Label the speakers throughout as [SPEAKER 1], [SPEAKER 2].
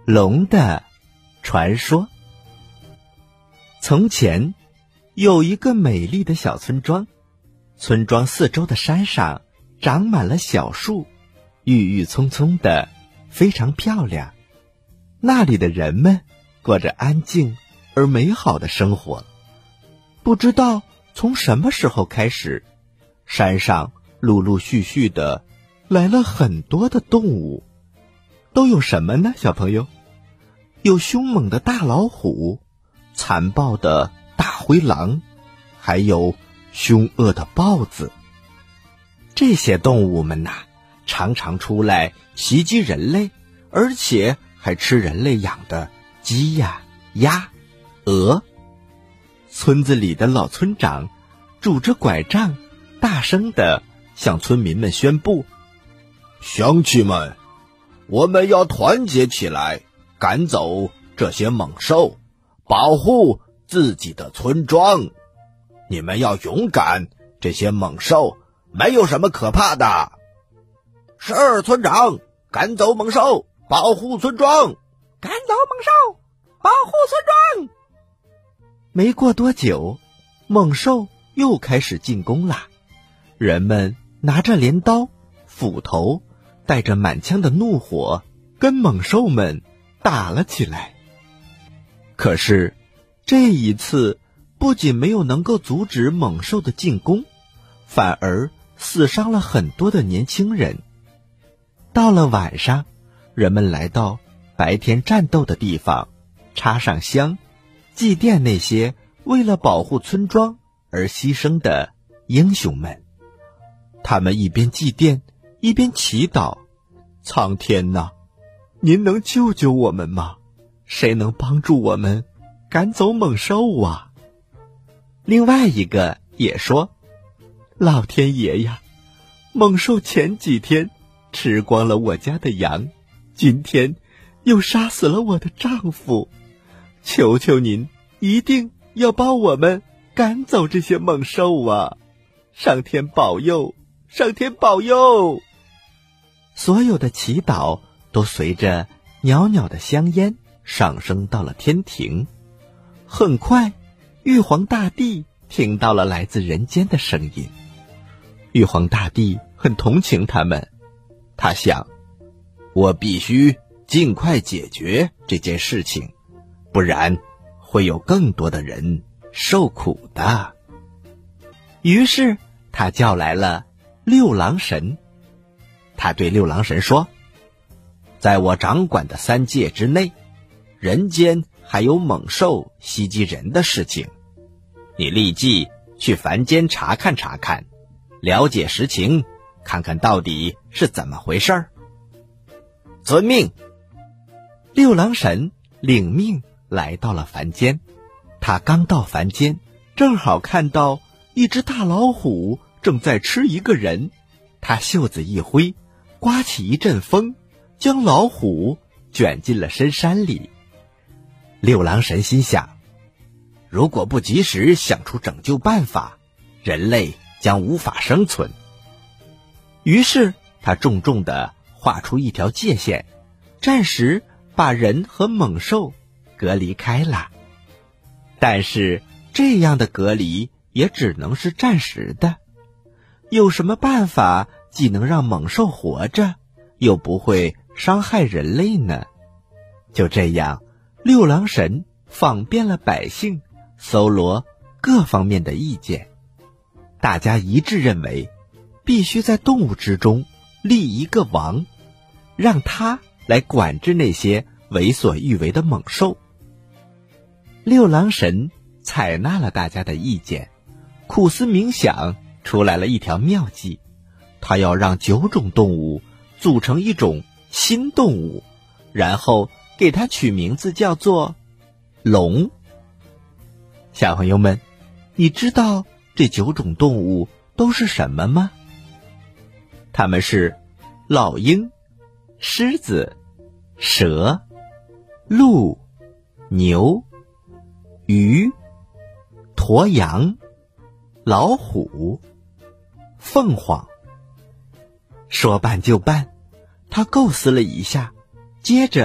[SPEAKER 1] 龙的传说。从前有一个美丽的小村庄，村庄四周的山上长满了小树，郁郁葱葱的，非常漂亮。那里的人们过着安静而美好的生活。不知道从什么时候开始，山上陆陆续续的来了很多的动物。都有什么呢，小朋友？有凶猛的大老虎，残暴的大灰狼，还有凶恶的豹子。这些动物们呐，常常出来袭击人类，而且还吃人类养的鸡呀、鸭、鹅。村子里的老村长拄着拐杖，大声地向村民们宣布：
[SPEAKER 2] 乡亲们，我们要团结起来，赶走这些猛兽，保护自己的村庄。你们要勇敢，这些猛兽没有什么可怕的。是，村长，赶走猛兽，保护村庄。
[SPEAKER 3] 赶走猛兽，保护村庄。
[SPEAKER 1] 没过多久，猛兽又开始进攻啦。人们拿着镰刀、斧头，带着满腔的怒火，跟猛兽们打了起来。可是这一次不仅没有能够阻止猛兽的进攻，反而死伤了很多的年轻人。到了晚上，人们来到白天战斗的地方，插上香，祭奠那些为了保护村庄而牺牲的英雄们。他们一边祭奠，一边祈祷：苍天哪，您能救救我们吗？谁能帮助我们赶走猛兽啊？另外一个也说：老天爷呀，猛兽前几天吃光了我家的羊，今天又杀死了我的丈夫，求求您一定要帮我们赶走这些猛兽啊！上天保佑，上天保佑！所有的祈祷都随着袅袅的香烟上升到了天庭。很快，玉皇大帝听到了来自人间的声音。玉皇大帝很同情他们，他想，
[SPEAKER 2] 我必须尽快解决这件事情，不然会有更多的人受苦的。
[SPEAKER 1] 于是他叫来了六郎神。他对六郎神说：
[SPEAKER 2] 在我掌管的3界之内，人间还有猛兽袭击人的事情，你立即去凡间查看查看，了解实情，看看到底是怎么回事儿。遵命。
[SPEAKER 1] 六郎神领命来到了凡间。他刚到凡间，正好看到一只大老虎正在吃一个人。他袖子一挥，刮起一阵风，将老虎卷进了深山里。六郎神心想，
[SPEAKER 2] 如果不及时想出拯救办法，人类将无法生存。
[SPEAKER 1] 于是他重重地画出一条界限，暂时把人和猛兽隔离开了。但是这样的隔离也只能是暂时的。有什么办法既能让猛兽活着，又不会伤害人类呢？就这样，六郎神访遍了百姓，搜罗各方面的意见。大家一致认为，必须在动物之中立一个王，让他来管制那些为所欲为的猛兽。六郎神采纳了大家的意见，苦思冥想，出来了一条妙计。他要让9种动物组成一种新动物，然后给它取名字叫做龙。小朋友们，你知道这9种动物都是什么吗？它们是老鹰、狮子、蛇、鹿、牛、鱼、驼羊、老虎、凤凰。说办就办，他构思了一下，接着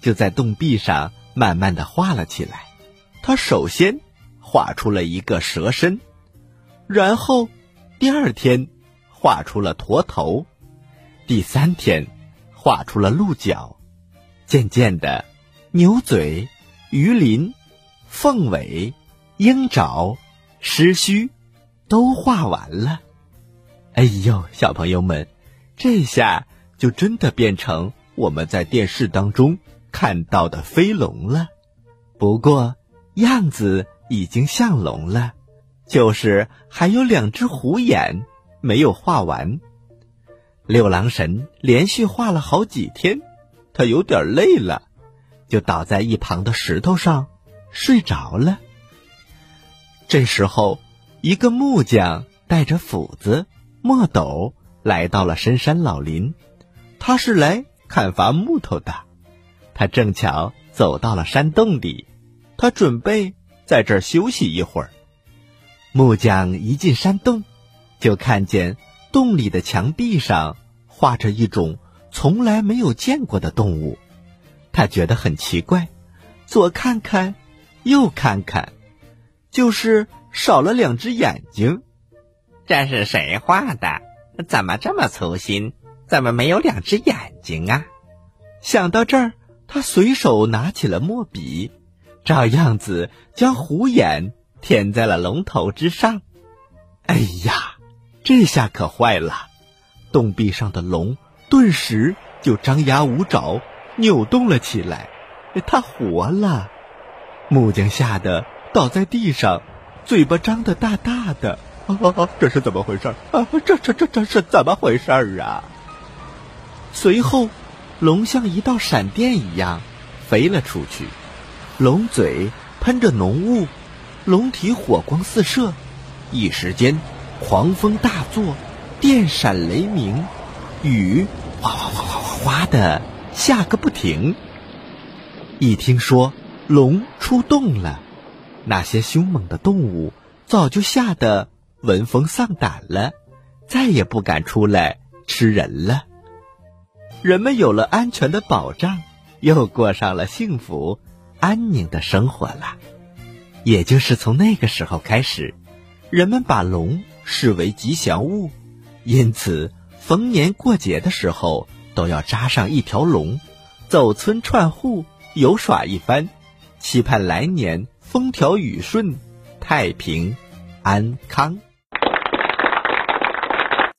[SPEAKER 1] 就在洞壁上慢慢地画了起来。他首先画出了一个蛇身，然后第二天画出了驼头，第三天画出了鹿角，渐渐的，牛嘴、鱼鳞、凤尾、鹰爪、狮须都画完了。哎呦，小朋友们，这下就真的变成我们在电视当中看到的飞龙了。不过样子已经像龙了，就是还有2只虎眼没有画完。六郎神连续画了好几天，他有点累了，就倒在一旁的石头上睡着了。这时候，一个木匠带着斧子、墨斗来到了深山老林，他是来砍伐木头的。他正巧走到了山洞里，他准备在这儿休息一会儿。木匠一进山洞，就看见洞里的墙壁上画着一种从来没有见过的动物。他觉得很奇怪，左看看右看看，就是少了2只眼睛。
[SPEAKER 3] 这是谁画的？怎么这么粗心？怎么没有2只眼睛啊？
[SPEAKER 1] 想到这儿，他随手拿起了墨笔，照样子将虎眼填在了龙头之上。哎呀，这下可坏了！洞壁上的龙顿时就张牙舞爪，扭动了起来。它活了！木匠吓得倒在地上，嘴巴张得大大的。这是怎么回事啊？这是怎么回事啊？随后，龙像一道闪电一样飞了出去，龙嘴喷着浓雾，龙体火光四射，一时间狂风大作，电闪雷鸣，雨哗哗哗哗哗哗的下个不停。一听说龙出洞了，那些凶猛的动物早就吓得闻风丧胆了，再也不敢出来吃人了。人们有了安全的保障，又过上了幸福安宁的生活了。也就是从那个时候开始，人们把龙视为吉祥物，因此逢年过节的时候都要扎上一条龙，走村串户游耍一番，期盼来年风调雨顺，太平安康。